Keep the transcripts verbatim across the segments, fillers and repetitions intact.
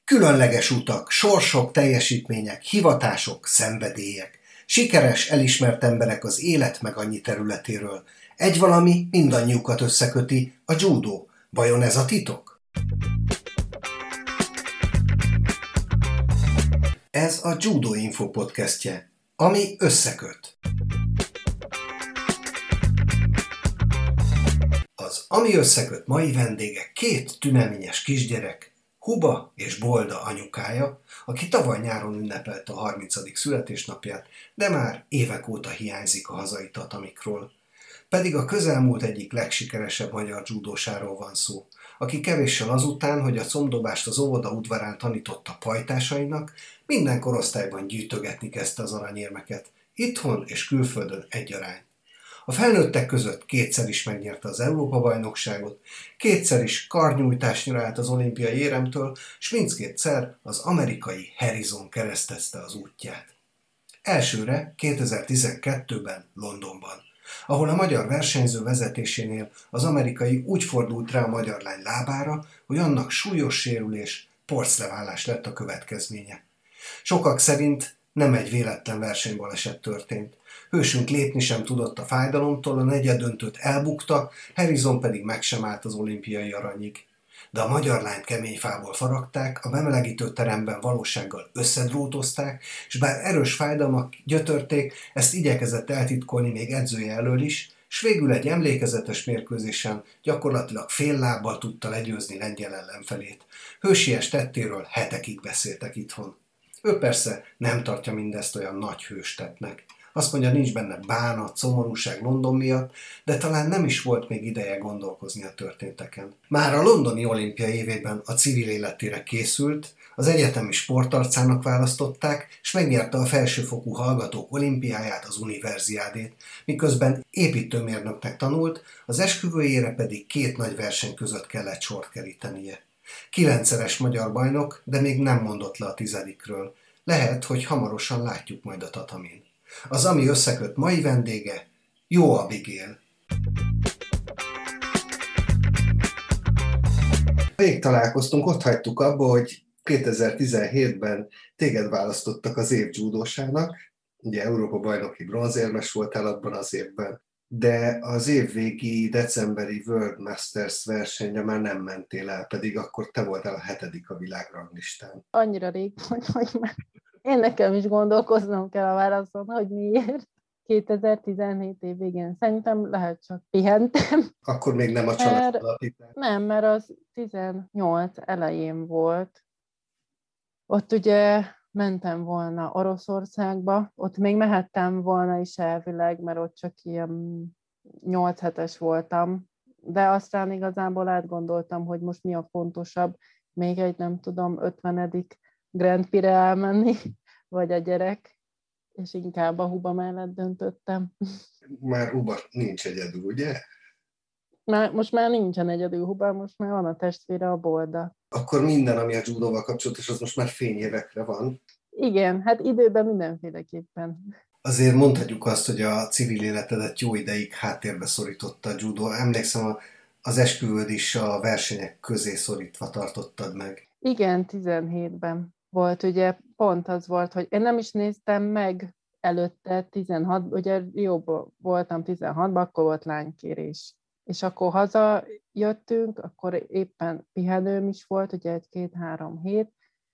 Különleges utak, sorsok, teljesítmények, hivatások, szenvedélyek. Sikeres, elismert emberek az élet meg annyi területéről. Egy valami mindannyiukat összeköti, a judó. Vajon ez a titok? Ez a Judo Info podcastje, ami összeköt. Az Ami összeköt mai vendége két tüneményes kisgyerek, Huba és Bolda anyukája, aki tavaly nyáron ünnepelte a harmincadik születésnapját, de már évek óta hiányzik a hazai tatamikról. Pedig a közelmúlt egyik legsikeresebb magyar judósáról van szó, aki kevéssel azután, hogy a combdobást az óvoda udvarán tanította pajtásainak, minden korosztályban gyűjtögetni kezdte az aranyérmeket, itthon és külföldön egyaránt. A felnőttek között kétszer is megnyerte az Európa-bajnokságot, kétszer is karnyújtásnyira állt az olimpiai éremtől, s mindkétszer az amerikai Harrison keresztezte az útját. Elsőre kétezer-tizenkettőben Londonban, ahol a magyar versenyző vezetésénél az amerikai úgy fordult rá a magyar lány lábára, hogy annak súlyos sérülés, porcleválás lett a következménye. Sokak szerint nem egy véletlen versenybaleset történt. Hősünk lépni sem tudott a fájdalomtól, a negyeddöntőt elbukta, Harrison pedig meg sem állt az olimpiai aranyig. De a magyar lányt kemény fából faragták, a bemelegítő teremben valósággal összedrótozták, és bár erős fájdalmak gyötörték, ezt igyekezett eltitkolni még edzője elől is, s végül egy emlékezetes mérkőzésen gyakorlatilag fél lábbal tudta legyőzni lengyel ellenfelét. Hősies tettéről hetekig beszéltek itthon. Ő persze nem tartja mindezt olyan nagy hőstettnek. Azt mondja, nincs benne bánat, szomorúság London miatt, de talán nem is volt még ideje gondolkozni a történteken. Már a londoni olimpia évében a civil életére készült, az egyetemi sportarcának választották, és megnyerte a felsőfokú hallgatók olimpiáját, az univerziádét, miközben építőmérnöknek tanult, az esküvőjére pedig két nagy verseny között kellett sort kerítenie. Kilencszeres magyar bajnok, de még nem mondott le a tizedikről. Lehet, hogy hamarosan látjuk majd a tatamin. Az Ami összeköt mai vendége, Jó Abigail. Rég találkoztunk, ott hagytuk abba, hogy kétezer-tizenhétben téged választottak az év judósának, ugye Európa-bajnoki bronzérmes voltál abban az évben, de az évvégi decemberi World Masters versenyre már nem mentél el, pedig akkor te voltál a hetedik a világranglistán. Annyira rég, hogy, hogy már én nekem is gondolkoznom kell a válaszon, hogy miért. kétezer-tizenhét év végén szerintem lehet csak pihentem. Akkor még nem a család alapítás. Nem, mert az tizennyolc elején volt. Ott ugye mentem volna Oroszországba, ott még mehettem volna is elvileg, mert ott csak ilyen nyolc hetes voltam. De aztán igazából átgondoltam, hogy most mi a fontosabb, még egy nem tudom, ötvenedik Grand Prix-re elmenni, vagy a gyerek, és inkább a Huba mellett döntöttem. Már Huba nincs egyedül, ugye? Már, most már nincsen egyedül Huba, most már van a testvére, a Bolda. Akkor minden, ami a judóval kapcsolatos, az most már fényévekre van. Igen, hát időben mindenféleképpen. Azért mondhatjuk azt, hogy a civil életedet jó ideig háttérbe szorította a judó. Emlékszem, az esküvőd is a versenyek közé szorítva tartottad meg. Igen, tizenhétben volt, ugye pont az volt, hogy én nem is néztem meg előtte tizenhat, ugye jóban voltam tizenhatban, akkor volt lánykérés. És akkor hazajöttünk, akkor éppen pihenőm is volt, ugye egy-két-három hét,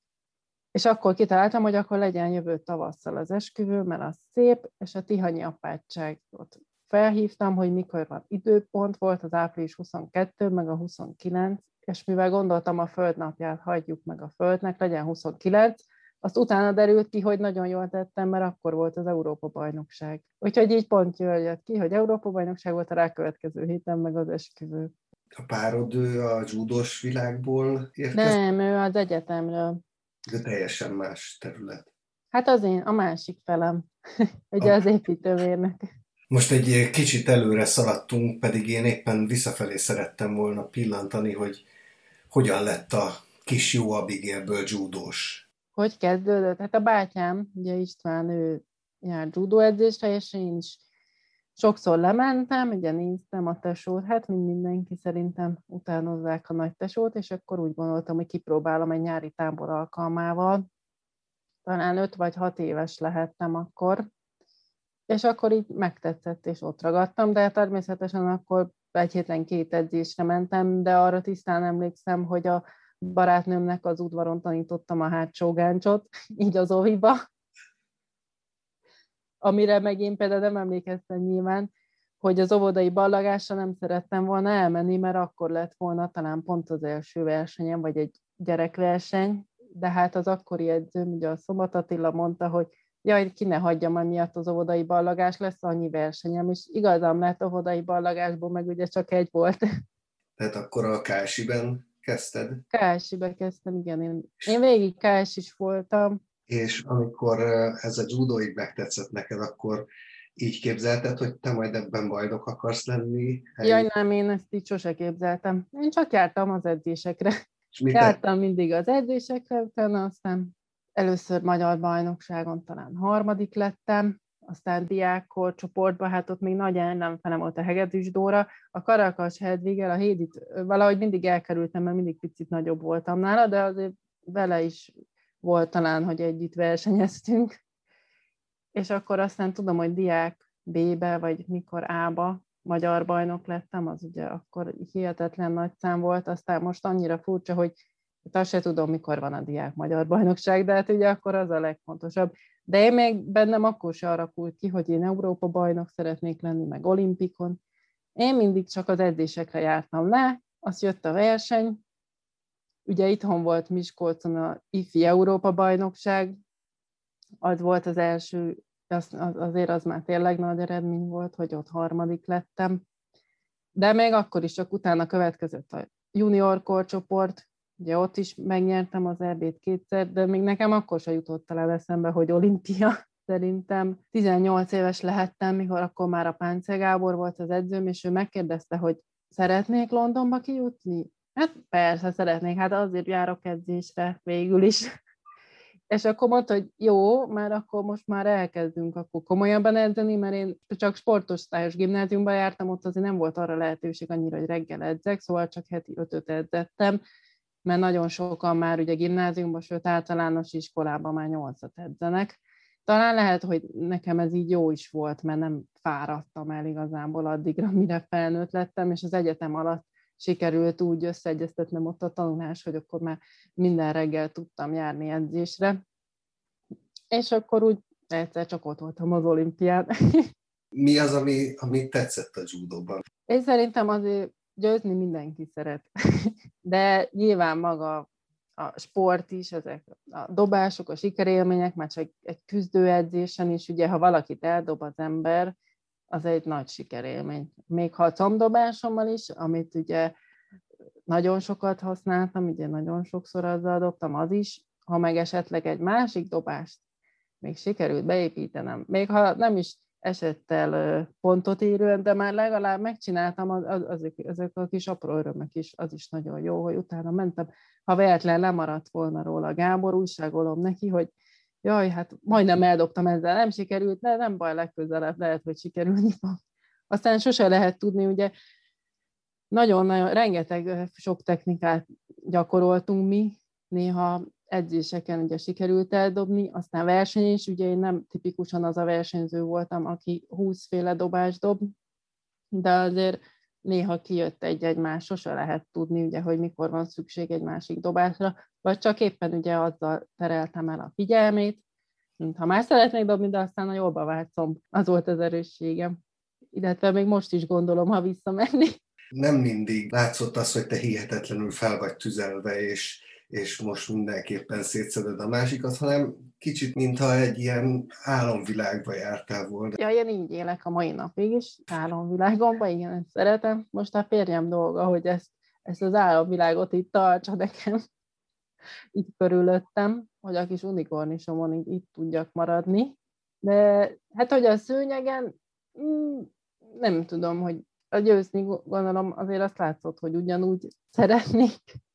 és akkor kitaláltam, hogy akkor legyen jövő tavasszal az esküvő, mert az szép, és a tihanyi apátságot felhívtam, hogy mikor van időpont, volt az április huszonkettő, meg a huszonkilenc, és mivel gondoltam, a földnapját hagyjuk meg a földnek, legyen huszonkilenc, azt utána derült ki, hogy nagyon jól tettem, mert akkor volt az Európa-bajnokság. Úgyhogy így pont jött ki, hogy Európa-bajnokság volt, a rákövetkező héten meg az esküvő. A párod ő a judós világból érkezett? Nem, ő az egyetemről. De teljesen más terület. Hát az én, a másik felem. Ugye az építőmérnök. Most egy kicsit előre szaladtunk, pedig én éppen visszafelé szerettem volna pillantani, hogy hogyan lett a kis Jó Abigailből judós. Hogy kezdődött? Hát a bátyám, ugye István, ő jár judóedzésre, és én is sokszor lementem, ugye néztem a tesót, hát mint mindenki szerintem utánozzák a nagy tesót, és akkor úgy gondoltam, hogy kipróbálom egy nyári tábor alkalmával. Talán öt vagy hat éves lehettem akkor, és akkor így megtetszett, és ott ragadtam, de természetesen akkor egy héten két edzésre mentem, de arra tisztán emlékszem, hogy a barátnőmnek az udvaron tanítottam a hátsó gáncsot, így az oviba, amire meg én például nem emlékeztem nyilván, hogy az óvodai ballagásra nem szerettem volna elmenni, mert akkor lett volna talán pont az első versenyem, vagy egy gyerekverseny, de hát az akkori edzőm, ugye a Szombat Attila mondta, hogy jaj, ki ne hagyjam, amiatt az óvodai ballagás lesz annyi versenyem, és igazam lett, óvodai ballagásból meg ugye csak egy volt. Tehát akkor a ká es i-ben kezdted? ká es i-be kezdtem, igen. Én, én végig ká es is voltam. És amikor ez a judóig megtetszett neked, akkor így képzelted, hogy te majd ebben bajnok akarsz lenni? Jaj, nem, én ezt így sose képzeltem. Én csak jártam az edzésekre. És jártam mindig az edzésekre, utána aztán először magyar bajnokságon talán harmadik lettem, aztán diákkor csoportban, hát ott még nagy ellenfelem volt a Hegedűs Dóra, a Karakas Hedviggel, a Hédit valahogy mindig elkerültem, mert mindig picit nagyobb voltam nála, de azért vele is volt talán, hogy együtt versenyeztünk. És akkor aztán tudom, hogy diák B-be, vagy mikor A-ba magyar bajnok lettem, az ugye akkor hihetetlen nagy szám volt, aztán most annyira furcsa, hogy azt se tudom, mikor van a diák magyar bajnokság, de hát ugye akkor az a legfontosabb. De én még bennem akkor se alakult ki, hogy én Európa bajnok szeretnék lenni, meg olimpikon. Én mindig csak az edzésekre jártam le, azt jött a verseny, ugye itthon volt Miskolcon a ifi Európa bajnokság, az volt az első, az, az, azért az már tényleg nagy eredmény volt, hogy ott harmadik lettem. De még akkor is csak utána következett a junior korcsoport, ugye ott is megnyertem az é bét kétszer, de még nekem akkor se jutott talán eszembe, hogy olimpia. Szerintem tizennyolc éves lehettem, mikor akkor már a Páncél Gábor volt az edzőm, és ő megkérdezte, hogy szeretnék Londonba kijutni? Hát persze szeretnék, hát azért járok edzésre végül is. És akkor mondta, hogy jó, mert akkor most már elkezdünk akkor komolyabban edzeni, mert én csak sportosztályos gimnáziumban jártam, ott azért nem volt arra lehetőség annyira, hogy reggel edzek, szóval csak heti ötöt edzettem, mert nagyon sokan már ugye gimnáziumban, sőt általános iskolában már nyolcat edzenek. Talán lehet, hogy nekem ez így jó is volt, mert nem fáradtam el igazából addigra, mire felnőtt lettem, és az egyetem alatt sikerült úgy összeegyeztetnem ott a tanulás, hogy akkor már minden reggel tudtam járni edzésre. És akkor úgy egyszer csak ott voltam az olimpián. Mi az, ami, ami tetszett a judóban? Én szerintem azért győzni mindenki szeret. De nyilván maga a sport is, ezek a dobások, a sikerélmények, már csak egy küzdőedzésen is, ugye ha valakit eldob az ember, az egy nagy sikerélmény. Még ha a combdobásommal is, amit ugye nagyon sokat használtam, ugye nagyon sokszor azzal dobtam, az is, ha meg esetleg egy másik dobást még sikerült beépítenem, még ha nem is esett el pontot érően, de már legalább megcsináltam, az, az, azok, azok a kis apró örömök is, az is nagyon jó, hogy utána mentem. Ha véletlen lemaradt volna róla Gábor, újságolom neki, hogy jaj, hát majdnem eldobtam ezzel, nem sikerült, de nem baj, legközelebb lehet, hogy sikerülni fog. Aztán sose lehet tudni, ugye nagyon-nagyon, rengeteg sok technikát gyakoroltunk mi, néha edzéseken ugye sikerült eldobni, aztán verseny is, ugye én nem tipikusan az a versenyző voltam, aki húszféle dobást dob, de azért néha kijött egy-egy más, sose lehet tudni, ugye, hogy mikor van szükség egy másik dobásra, vagy csak éppen ugye azzal tereltem el a figyelmét, mintha más szeretnék dobni, de aztán a jobba vált szomb. Az volt az erősségem. Illetve még most is gondolom, ha visszamenni. Nem mindig látszott az, hogy te hihetetlenül fel vagy tüzelve, és, és most mindenképpen szétszeded a másikat, hanem kicsit, mintha egy ilyen álomvilágba jártál volna. Ja, én így élek a mai napig is, álomvilágomban, igen, ezt szeretem. Most a férjem dolga, hogy ezt, ezt az álomvilágot itt tartsa nekem, itt körülöttem, hogy a kis unikornisomon itt, itt tudjak maradni. De hát, hogy a szőnyegen, nem tudom, hogy a győzni, gondolom, azért azt látszott, hogy ugyanúgy szeretnék,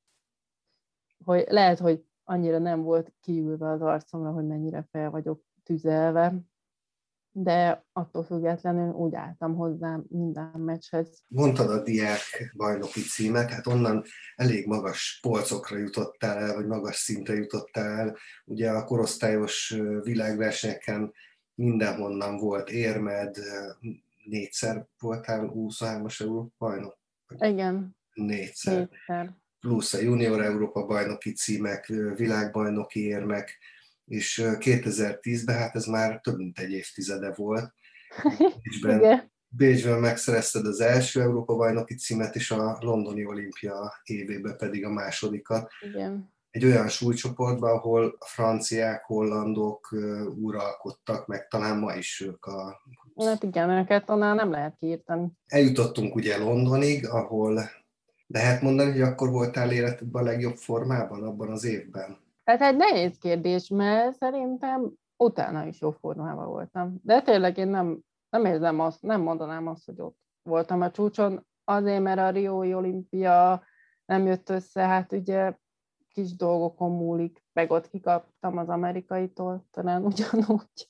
hogy lehet, hogy annyira nem volt kiülve az arcomra, hogy mennyire fel vagyok tüzelve. de attól függetlenül úgy álltam hozzá minden meccshez. Mondtad a diák bajnoki címet, hát onnan elég magas polcokra jutottál el, vagy magas szintre jutottál el. Ugye a korosztályos világversenyeken mindenhonnan volt érmed, négyszer voltál U huszonhármas Európa bajnok? Igen, Négyszer. négyszer. Plusz a junior Európa bajnoki címek, világbajnoki érmek, és kétezer-tízben, hát ez már több mint egy évtizede volt. Bécsben, Igen. Bécsben megszerezted az első Európa bajnoki címet, és a londoni olimpia évében pedig a másodikat. Igen. Egy olyan súlycsoportban, ahol a franciák, hollandok uralkodtak, meg talán ma is ők a... Hát igen, őket onnan nem lehet kiírtani. Eljutottunk ugye Londonig, ahol lehet mondani, hogy akkor voltál életedben a legjobb formában abban az évben? Hát egy nehéz kérdés, mert szerintem utána is jó formában voltam. De tényleg én nem, nem érzem azt, nem mondanám azt, hogy ott voltam a csúcson, azért, mert a Riói olimpia nem jött össze, hát ugye kis dolgokon múlik, meg ott kikaptam az amerikaitól, talán ugyanúgy.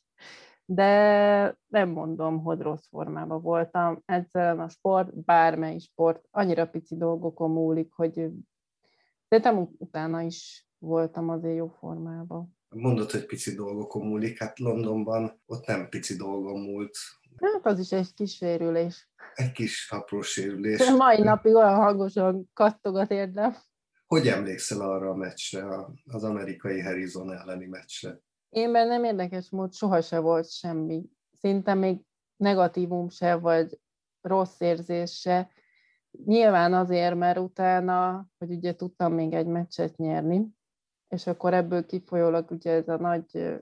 De nem mondom, hogy rossz formában voltam. Egyszerűen a sport, bármely sport, annyira pici dolgokon múlik, hogy szerintem utána is voltam azért jó formában. Mondod, hogy pici dolgokon múlik, hát Londonban ott nem pici dolgon múlt. Hát az is egy kis sérülés. Egy kis apró sérülés. Mai napig olyan hangosan kattog a térdem. Hogy emlékszel arra a meccsre, az amerikai Harrison elleni meccsre? Én bennem érdekes mód soha se volt semmi. Szinte még negatívum se, vagy rossz érzés se. Nyilván azért, mert utána, hogy ugye tudtam még egy meccset nyerni, és akkor ebből kifolyólag ugye ez a nagy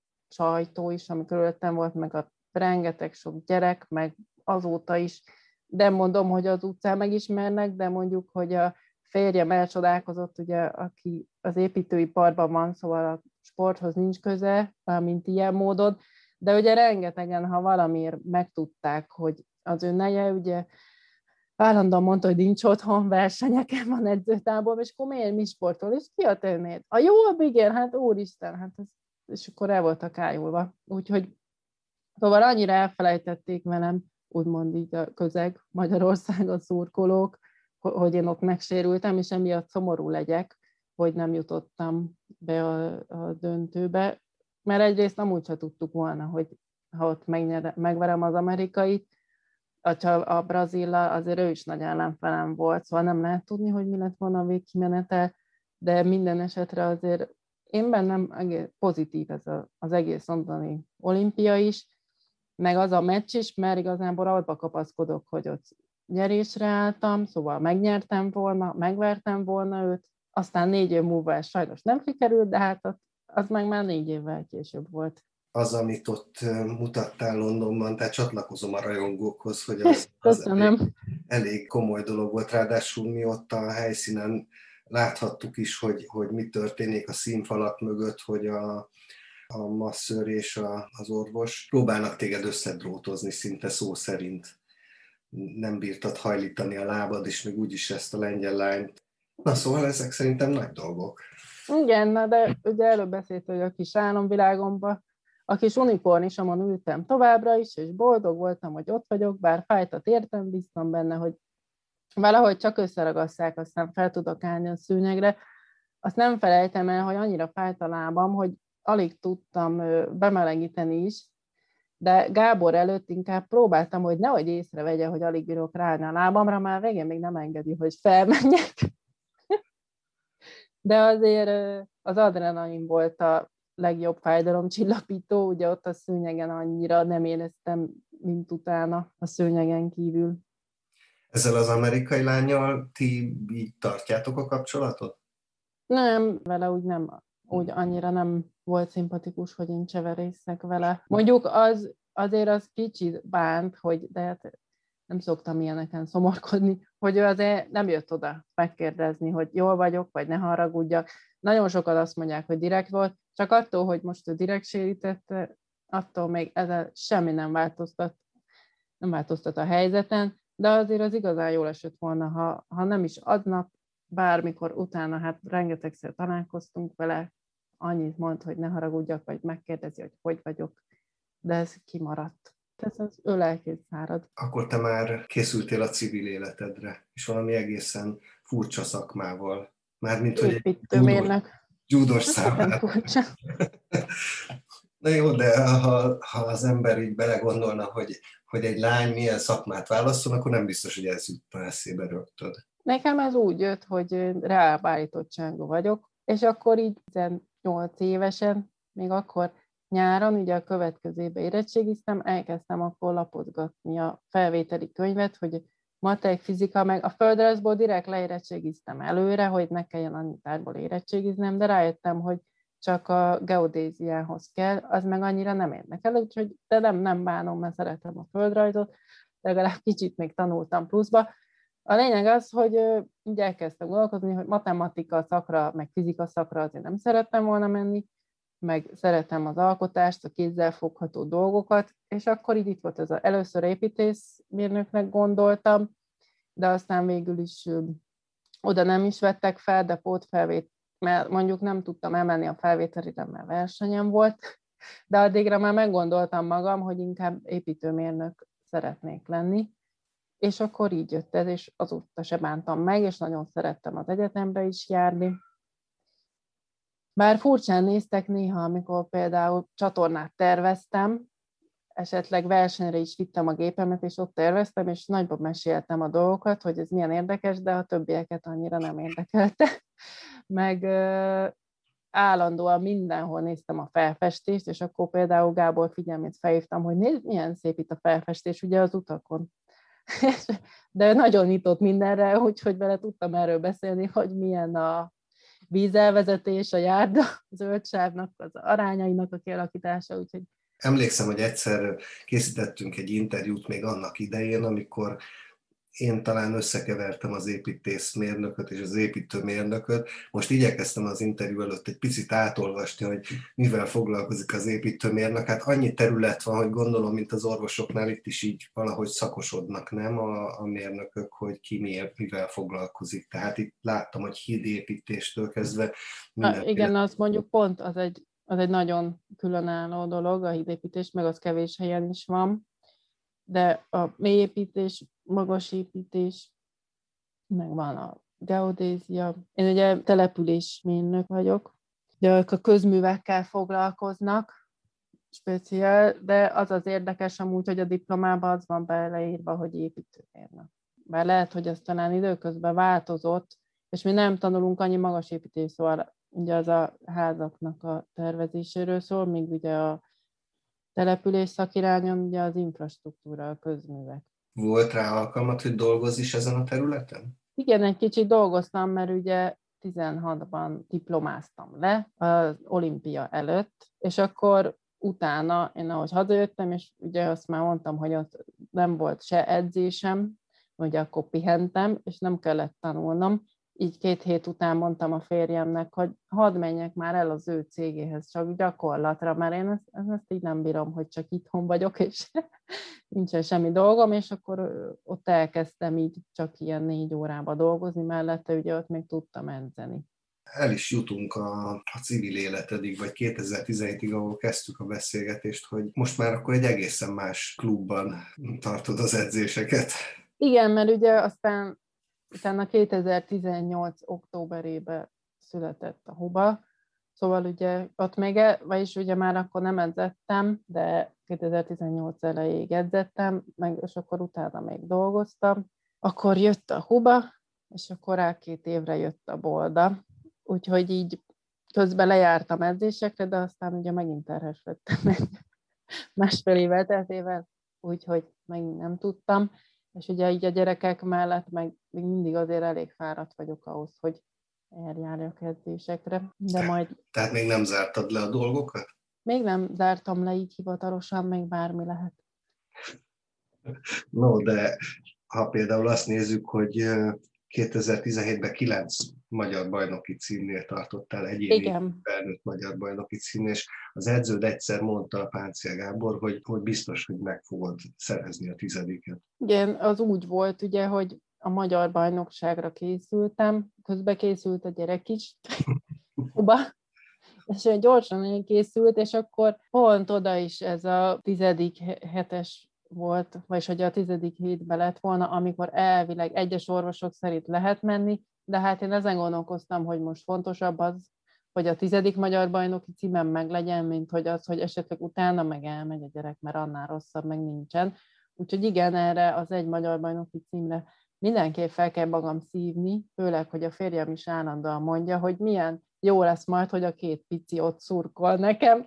sajtó is, ami körülöttem volt, meg a rengeteg sok gyerek, meg azóta is, de mondom, hogy az utcán megismernek, de mondjuk, hogy a férjem elcsodálkozott, ugye, aki az építőiparban van, szóval a sporthoz nincs köze, mint ilyen módon, de ugye rengetegen, ha valamiért megtudták, hogy az ő neje, ugye állandóan mondta, hogy nincs otthon, versenyeken van edzőtábor, és akkor miért mi sportol, és ki a tennéd? A jobb, igen, hát úristen, hát ez, és akkor el voltak ájulva. Úgyhogy szóval annyira elfelejtették velem, úgymond így a közeg, Magyarországon szurkolók, hogy én ott megsérültem, és emiatt szomorú legyek, hogy nem jutottam be a, a döntőbe, mert egyrészt amúgy se tudtuk volna, hogy ha ott megnyer, megverem az amerikait, a, a brazillal, azért ő is nagy ellenfelem volt, szóval nem lehet tudni, hogy mi lett volna a végkimenete, de minden esetre azért én bennem egész pozitív ez a, az egész londoni olimpia is, meg az a meccs is, mert igazából abba kapaszkodok, hogy ott nyerésre álltam, szóval megnyertem volna, megvertem volna őt, aztán négy év múlva ez sajnos nem sikerült, de hát az, az meg már négy évvel később volt. Az, amit ott mutattál Londonban, tehát csatlakozom a rajongókhoz, hogy az, az elég, elég komoly dolog volt, ráadásul mi ott a helyszínen láthattuk is, hogy, hogy mi történik a színfalak mögött, hogy a, a masszőr és a, az orvos próbálnak téged összedrótozni szinte szó szerint. Nem bírtad hajlítani a lábad, és még úgyis ezt a lengyel lányt. Na szóval ezek szerintem nagy dolgok. Igen, na de ugye előbb beszélt, hogy a kis álomvilágomban, a kis unikornisomon ültem továbbra is, és boldog voltam, hogy ott vagyok, bár fájt a térdem, bíztam benne, hogy valahogy csak összeragasszák, aztán fel tudok állni a szőnyegre. Azt nem felejtem el, hogy annyira fájt a lábam, hogy alig tudtam bemelegíteni is, de Gábor előtt inkább próbáltam, hogy nehogy észrevegye, hogy alig bírok ráállni a lábamra, már végén még nem engedi, hogy felmenjek. De azért az adrenalin volt a legjobb fájdalomcsillapító, ugye ott a szőnyegen annyira nem éreztem, mint utána a szőnyegen kívül. Ezzel az amerikai lánnyal ti így tartjátok a kapcsolatot? Nem, vele úgy nem, úgy annyira nem volt szimpatikus, hogy én cseverészek vele. Mondjuk az, azért az kicsit bánt, hogy de hát nem szoktam ilyeneken szomorkodni, hogy ő azért nem jött oda megkérdezni, hogy jól vagyok, vagy ne haragudjak. Nagyon sokan azt mondják, hogy direkt volt, csak attól, hogy most ő direkt sérítette, attól még ezzel semmi nem változtat, nem változtat a helyzeten, de azért az igazán jól esett volna, ha, ha nem is aznap, bármikor utána, hát rengetegszer találkoztunk vele, annyit mond, hogy ne haragudjak, vagy megkérdezi, hogy hogy vagyok. de ez kimaradt. Ez az ölelkész szárad. Akkor te már készültél a civil életedre, és valami egészen furcsa szakmával. Mármint, hogy egy építőmérnök. gyúdos Hát nem számára. furcsa. Na jó, de ha, ha az ember így belegondolna, hogy, hogy egy lány milyen szakmát válaszol, akkor nem biztos, hogy ez jutna eszébe rögtön. Nekem ez úgy jött, hogy reálbeállítottságú vagyok, és akkor így tizennyolc évesen, még akkor nyáron, ugye a következő évben érettségiztem, elkezdtem akkor lapozgatni a felvételi könyvet, hogy matek, fizika, meg a földrajzból direkt leérettségiztem előre, hogy ne kelljen annyi tárgyból érettségiznem, de rájöttem, hogy csak a geodéziához kell, az meg annyira nem érdekel, úgyhogy de nem, nem bánom, mert szeretem a földrajzot, legalább kicsit még tanultam pluszba. A lényeg az, hogy így elkezdtem gondolkozni, hogy matematika szakra, meg fizika szakra azért nem szerettem volna menni, meg szeretem az alkotást, a kézzel fogható dolgokat, és akkor így itt volt ez az először építészmérnöknek gondoltam, de aztán végül is oda nem is vettek fel, de pótfelvét, mert mondjuk nem tudtam emelni a felvételire, mert versenyem volt, de addigra már meggondoltam magam, hogy inkább építőmérnök szeretnék lenni, és akkor így jött ez, és azóta se bántam meg, és nagyon szerettem az egyetemre is járni. Bár furcsán néztek néha, amikor például csatornát terveztem, esetleg versenyre is vittem a gépemet, és ott terveztem, és nagyban meséltem a dolgokat, hogy ez milyen érdekes, de a többieket annyira nem érdekelte. Meg ö, állandóan mindenhol néztem a felfestést, és akkor például Gábor figyelmét felhívtam, hogy nézd, milyen szép itt a felfestés, ugye az utakon. De nagyon nyitott mindenre, úgyhogy vele tudtam erről beszélni, hogy milyen a vízelvezetés, a járda, zöldsávnak, az arányainak a kialakítása, úgyhogy Emlékszem, hogy egyszer készítettünk egy interjút még annak idején, amikor én talán összekevertem az építészmérnököt és az építőmérnököt. Most igyekeztem az interjú előtt egy picit átolvasni, hogy mivel foglalkozik az építőmérnök. Hát annyi terület van, hogy gondolom, mint az orvosoknál itt is így valahogy szakosodnak, nem a, a mérnökök, hogy ki miért, mivel foglalkozik. Tehát itt láttam, hogy hídépítéstől kezdve mindenféle... Igen, az mondjuk pont az egy, az egy nagyon különálló dolog, a hídépítés, meg az kevés helyen is van. De a mélyépítés, magasépítés, meg van a geodézia. Én ugye településmérnök vagyok, de a közművekkel foglalkoznak speciál, de az az érdekes amúgy, hogy a diplomában az van beleírva, hogy építőmérnök. Bár lehet, hogy ez talán időközben változott, és mi nem tanulunk annyi magasépítés, szóval ugye az a házaknak a tervezéséről szól, míg ugye a település szakirányon ugye az infrastruktúra, a közművek. Volt rá alkalmat, hogy dolgozz is ezen a területen? Igen, egy kicsit dolgoztam, mert ugye tizenhatban diplomáztam le az olimpia előtt, és akkor utána én ahogy hazajöttem, és ugye azt már mondtam, hogy ott nem volt se edzésem, ugye akkor pihentem, és nem kellett tanulnom. Így két hét után mondtam a férjemnek, hogy hadd menjek már el az ő cégéhez, csak gyakorlatra, mert én ezt, ezt így nem bírom, hogy csak itthon vagyok, és nincsen semmi dolgom, és akkor ott elkezdtem így csak ilyen négy órába dolgozni, mellette ugye ott még tudtam edzeni. El is jutunk a, a civil életedig, vagy kétezer-tizenhétig, ahol kezdtük a beszélgetést, hogy most már akkor egy egészen más klubban tartod az edzéseket. Igen, mert ugye aztán utána kétezer-tizennyolc októberében született a Huba, szóval ugye ott még, vagyis ugye már akkor nem edzettem, de kétezer-tizennyolc elejéig edzettem, meg, és akkor utána még dolgoztam. Akkor jött a Huba, és akkor rá két évre jött a Bolda, úgyhogy így közben lejártam edzésekre, de aztán ugye megint terhes lettem másfél évvel teltével, úgyhogy megint nem tudtam. És ugye így a gyerekek mellett meg még mindig azért elég fáradt vagyok ahhoz, hogy eljárjak edzésekre, de majd... Tehát még nem zártad le a dolgokat? Még nem zártam le így hivatalosan, még bármi lehet. No, de ha például azt nézzük, hogy kétezer-tizenhétben kilenc magyar bajnoki címnél tartottál, egyéni felnőtt magyar bajnoki címnél, és az edződ egyszer mondta, a Páncél Gábor, hogy, hogy biztos, hogy meg fogod szerezni a tizediket. Igen, az úgy volt ugye, hogy a magyar bajnokságra készültem, közben készült a gyerek is, és olyan gyorsan elkészült, és akkor pont oda is ez a tizedik hetes volt, vagyis hogy a tizedik hétbe lett volna, amikor elvileg egyes orvosok szerint lehet menni, de hát én ezen gondolkoztam, hogy most fontosabb az, hogy a tizedik magyar bajnoki címem meglegyen, mint hogy az, hogy esetleg utána meg elmegy a gyerek, mert annál rosszabb meg nincsen. Úgyhogy igen, erre az egy magyar bajnoki címre mindenképp fel kell magam szívni, főleg, hogy a férjem is állandóan mondja, hogy milyen jó lesz majd, hogy a két pici ott szurkol nekem.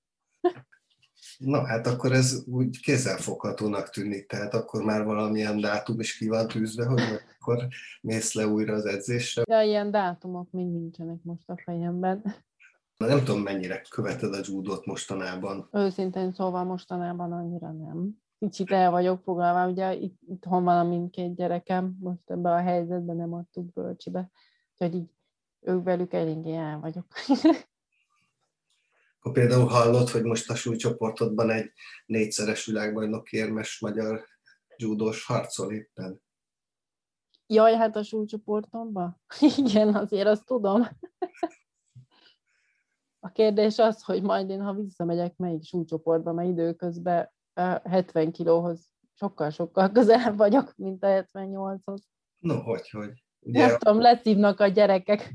Na hát akkor ez úgy kézzelfoghatónak tűnik, tehát akkor már valamilyen dátum is ki van tűzve, hogy akkor mész le újra az edzésre. Ja, ilyen dátumok mind nincsenek most a fejemben. Nem tudom, mennyire követed a judót mostanában. Őszintén szóval mostanában annyira nem. Kicsit el vagyok foglalva, ugye itt, itthon van a mindkét gyerekem, most ebben a helyzetben nem adtuk bölcsibe, úgyhogy így ők velük eléggé el vagyok. Akkor például hallod, hogy most a súlycsoportodban egy négyszeres világbajnok érmes magyar judós harcol éppen. Jaj, hát a súlycsoportomban? Igen, azért azt tudom. A kérdés az, hogy majd én, ha visszamegyek melyik súlycsoportba, mert időközben hetven kilóhoz sokkal-sokkal közelebb vagyok, mint a hetvennyolchoz. No, hogy, hogy. Ugye, nem tudom, leszívnak a gyerekek.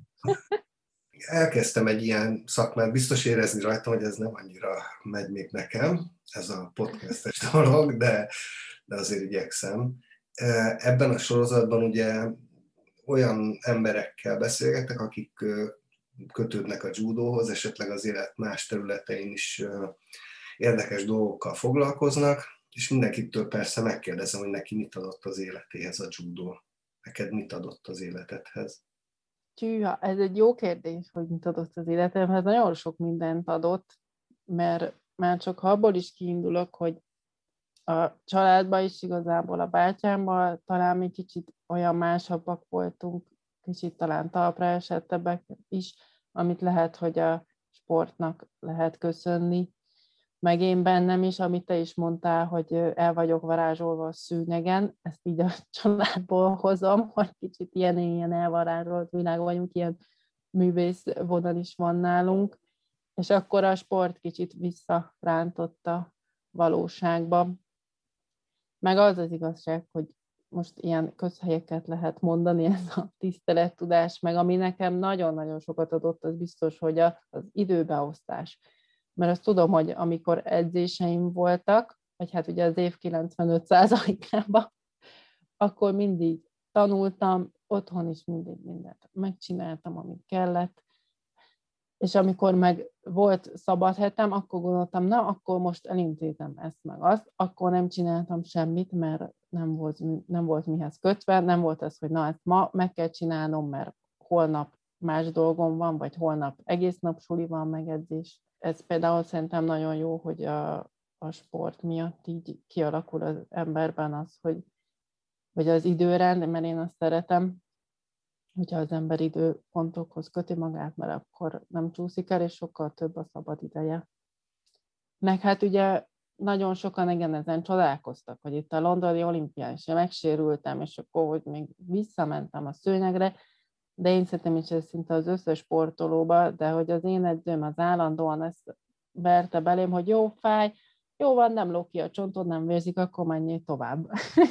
Elkezdtem egy ilyen szakmát, biztos érezni rajtam, hogy ez nem annyira megy még nekem, ez a podcastes dolog, de, de azért igyekszem. Ebben a sorozatban ugye olyan emberekkel beszélgetek, akik kötődnek a judóhoz, esetleg az élet más területein is érdekes dolgokkal foglalkoznak, és mindenkitől persze megkérdezem, hogy neki mit adott az életéhez a judó. Neked mit adott az életedhez? Tűha, ez egy jó kérdés, hogy mit adott az életemhez. Nagyon sok mindent adott, mert már csak abból is kiindulok, hogy a családban is igazából a bátyámmal talán mi kicsit olyan másabbak voltunk, kicsit talán talpra esettebbek is, amit lehet, hogy a sportnak lehet köszönni. Meg én bennem is, amit te is mondtál, hogy el vagyok varázsolva a szűnyegen, ezt így a családból hozom, hogy kicsit ilyen, ilyen elvarázsolt világ vagyunk, ilyen művész vonal is van nálunk, és akkor a sport kicsit visszarántotta valóságba. Meg az az igazság, hogy most ilyen közhelyeket lehet mondani, ez a tisztelettudás, meg ami nekem nagyon-nagyon sokat adott, az biztos, hogy az időbeosztás. Mert azt tudom, hogy amikor edzéseim voltak, vagy hát ugye az év kilencvenöt százalékában, akkor mindig tanultam, otthon is mindig mindent megcsináltam, amit kellett, és amikor meg volt szabad hetem, akkor gondoltam, na, akkor most elintézem ezt meg azt, akkor nem csináltam semmit, mert nem volt, nem volt mihez kötve, nem volt az, hogy na, ezt ma meg kell csinálnom, mert holnap más dolgom van, vagy holnap egész nap suli van, megedzés. Ez például szerintem nagyon jó, hogy a, a sport miatt így kialakul az emberben az, hogy, hogy az időrend, mert én azt szeretem, hogyha az ember időpontokhoz köti magát, mert akkor nem csúszik el, és sokkal több a szabad ideje. Meg hát ugye nagyon sokan igen ezen csodálkoztak, hogy itt a londoni olimpián is megsérültem, és akkor, hogy még visszamentem a szőnyegre, de én szerintem is ez szinte az összes sportolóba, de hogy az én edzőm az állandóan ezt verte belém, hogy jó, fáj, jó van, nem lóg ki a csontod, nem vérzik, akkor menjél tovább.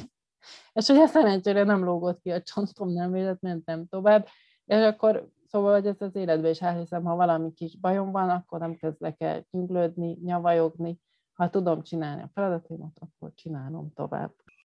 És ugye szerencsére nem lógott ki a csontom, nem vérzett, mentem tovább, és akkor szóval, hogy ez az életben is elhiszem, ha valami kis bajom van, akkor nem kezdek el nyuglődni, nyavajogni, ha tudom csinálni a feladatomat, akkor csinálom tovább.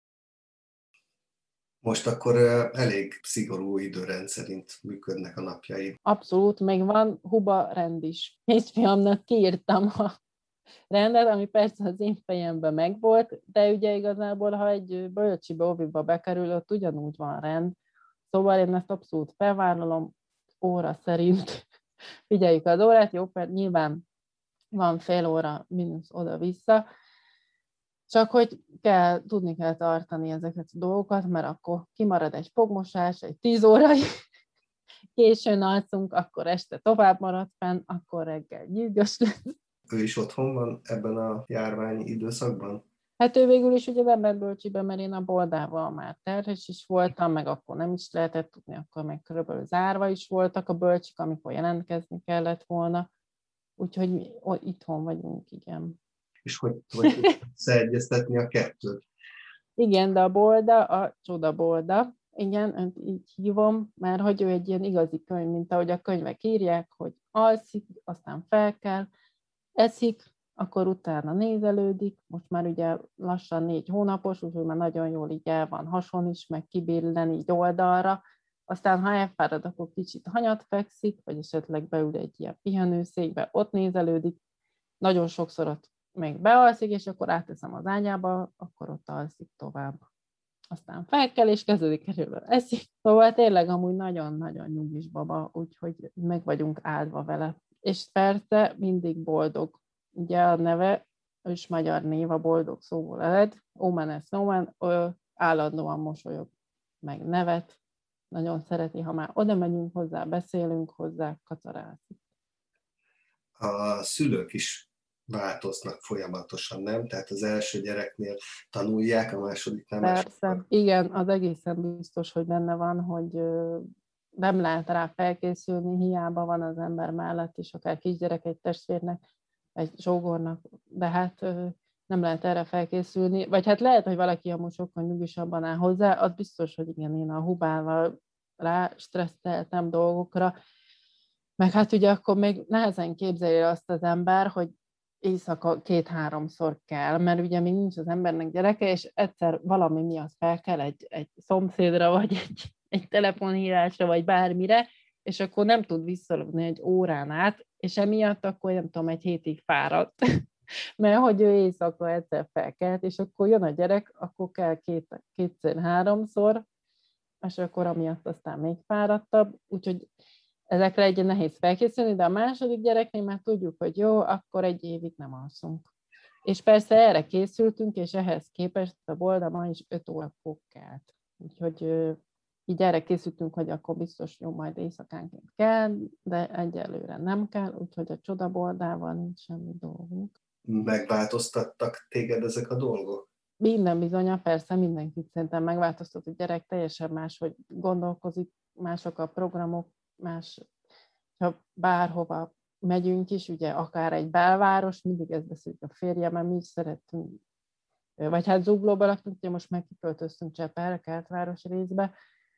Most akkor elég szigorú időrend szerint működnek a napjai. Abszolút, még van huba rend is. Kisfiamnak kiírtam a rendet, ami persze az én fejemben megvolt, de ugye igazából, ha egy bölcsibe, óviba bekerül, ott ugyanúgy van rend. Szóval én ezt abszolút felvállalom, óra szerint figyeljük az órát, jó, mert nyilván van fél óra mínusz oda-vissza, csak hogy kell, tudni kell tartani ezeket a dolgokat, mert akkor kimarad egy fogmosás, egy tíz órai, későn alszunk, akkor este tovább marad fenn, akkor reggel nyűgös lesz. Ő is otthon van ebben a járványi időszakban? Hát ő végül is ugye nem bölcsibe, mert én a Boldával már terhes is voltam, meg akkor nem is lehetett tudni, akkor meg körülbelül zárva is voltak a bölcsik, amikor jelentkezni kellett volna. Úgyhogy mi itthon vagyunk, igen. És hogy hogy összeegyeztetni a kettőt? Igen, de a Bolda, a Csoda Bolda, igen, önt így hívom, mert hogy ő egy ilyen igazi könyv, mint ahogy a könyvek írják, hogy alszik, aztán fel kell, eszik, akkor utána nézelődik, most már ugye lassan négy hónapos, úgyhogy már nagyon jól így el van hason is, meg kibillen így oldalra, aztán ha elfárad, akkor kicsit hanyat fekszik, vagy esetleg beül egy ilyen pihenőszékbe, ott nézelődik, nagyon sokszor ott még bealszik, és akkor átteszem az ágyába, akkor ott alszik tovább. Aztán fel kell, és kezdődik erőből eszik. Szóval tényleg amúgy nagyon-nagyon nyugis baba, úgyhogy meg vagyunk áldva vele. És persze mindig boldog. Ugye a neve, és magyar név, a boldog szóból ered, Omen Snowman, állandóan mosolyog, meg nevet, nagyon szereti, ha már oda megyünk hozzá, beszélünk hozzá, kacarászik. A szülők is változnak folyamatosan, nem? Tehát az első gyereknél tanulják, a másodiknál Persze, másodiknál. igen, az egészen biztos, hogy benne van, hogy nem lehet rá felkészülni, hiába van az ember mellett is, akár kisgyerek egy testvérnek, egy zsógornak, de hát nem lehet erre felkészülni. Vagy hát lehet, hogy valaki amúgy sokkal nyugisabban áll hozzá, az biztos, hogy igen, én a hubával rá stresszteltem dolgokra, meg hát ugye akkor még nehezen képzelje azt az ember, hogy éjszaka két-háromszor kell, mert ugye még nincs az embernek gyereke, és egyszer valami miatt fel kell egy, egy szomszédra, vagy egy, egy telefonhívásra, vagy bármire, és akkor nem tud visszaludni egy órán át, és emiatt akkor nem tudom, egy hétig fáradt. Mert hogy ő éjszaka egyszer felkelt, és akkor jön a gyerek, akkor kell két, kétszer-háromszor, és akkor amiatt aztán még fáradtabb, úgyhogy ezekre egy nehéz felkészülni, de a második gyereknél már tudjuk, hogy jó, akkor egy évig nem alszunk. És persze erre készültünk, és ehhez képest a Bolda ma is öt órakor kelt. Úgyhogy így erre készültünk, hogy akkor biztos jó, majd éjszakánként kell, de egyelőre nem kell, úgyhogy a Csoda Boldával nincs semmi dolgunk. Megváltoztattak téged ezek a dolgok? Minden bizonyan, persze mindenkit szerintem megváltoztat, a gyerek teljesen más, hogy gondolkozik, mások a programok, más, ha bárhova megyünk is, ugye akár egy belváros, mindig ezt beszéljük a férjemmel, mi is szeretünk, vagy hát Zuglóba laktunk, ugye most meg kiköltöztünk Csepelre, Kertváros részbe,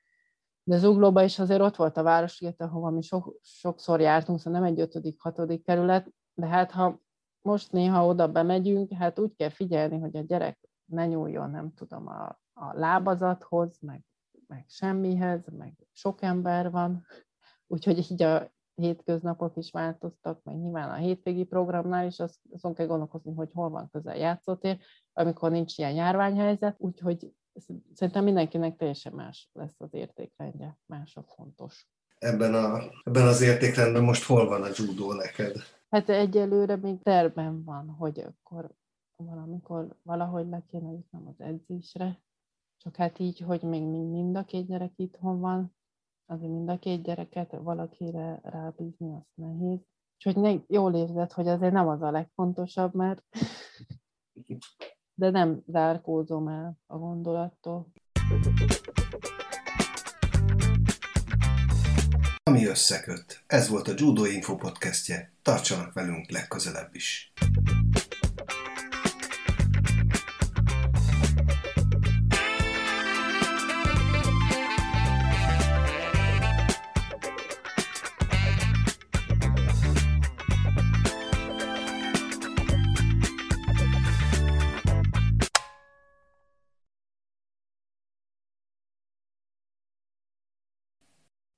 de Zuglóba is azért ott volt a Városliget, ahova mi so, sokszor jártunk, szóval nem egy ötödik, hatodik kerület, de hát ha most néha oda bemegyünk, hát úgy kell figyelni, hogy a gyerek ne nyúljon, nem tudom, a, a lábazathoz, meg, meg semmihez, meg sok ember van, úgyhogy így a hétköznapok is változtak, meg nyilván a hétvégi programnál is azt, azon kell gondolkozni, hogy hol van közel játszótér, amikor nincs ilyen járványhelyzet, úgyhogy szerintem mindenkinek teljesen más lesz az értékrendje, más a fontos. Ebben, a, ebben az értékrendben most hol van a judó neked? Hát egyelőre még tervben van, hogy akkor valamikor valahogy le kéne jutnom az edzésre, csak hát így, hogy még mind a két gyerek itthon van, azért mind a két gyereket valakire rábízni, az nehéz. Úgyhogy ne, jól érzed, hogy azért nem az a legfontosabb, mert de nem zárkózom el a gondolattól. Ami összeköt. Ez volt a Judo Info podcastje. Tartsanak velünk legközelebb is.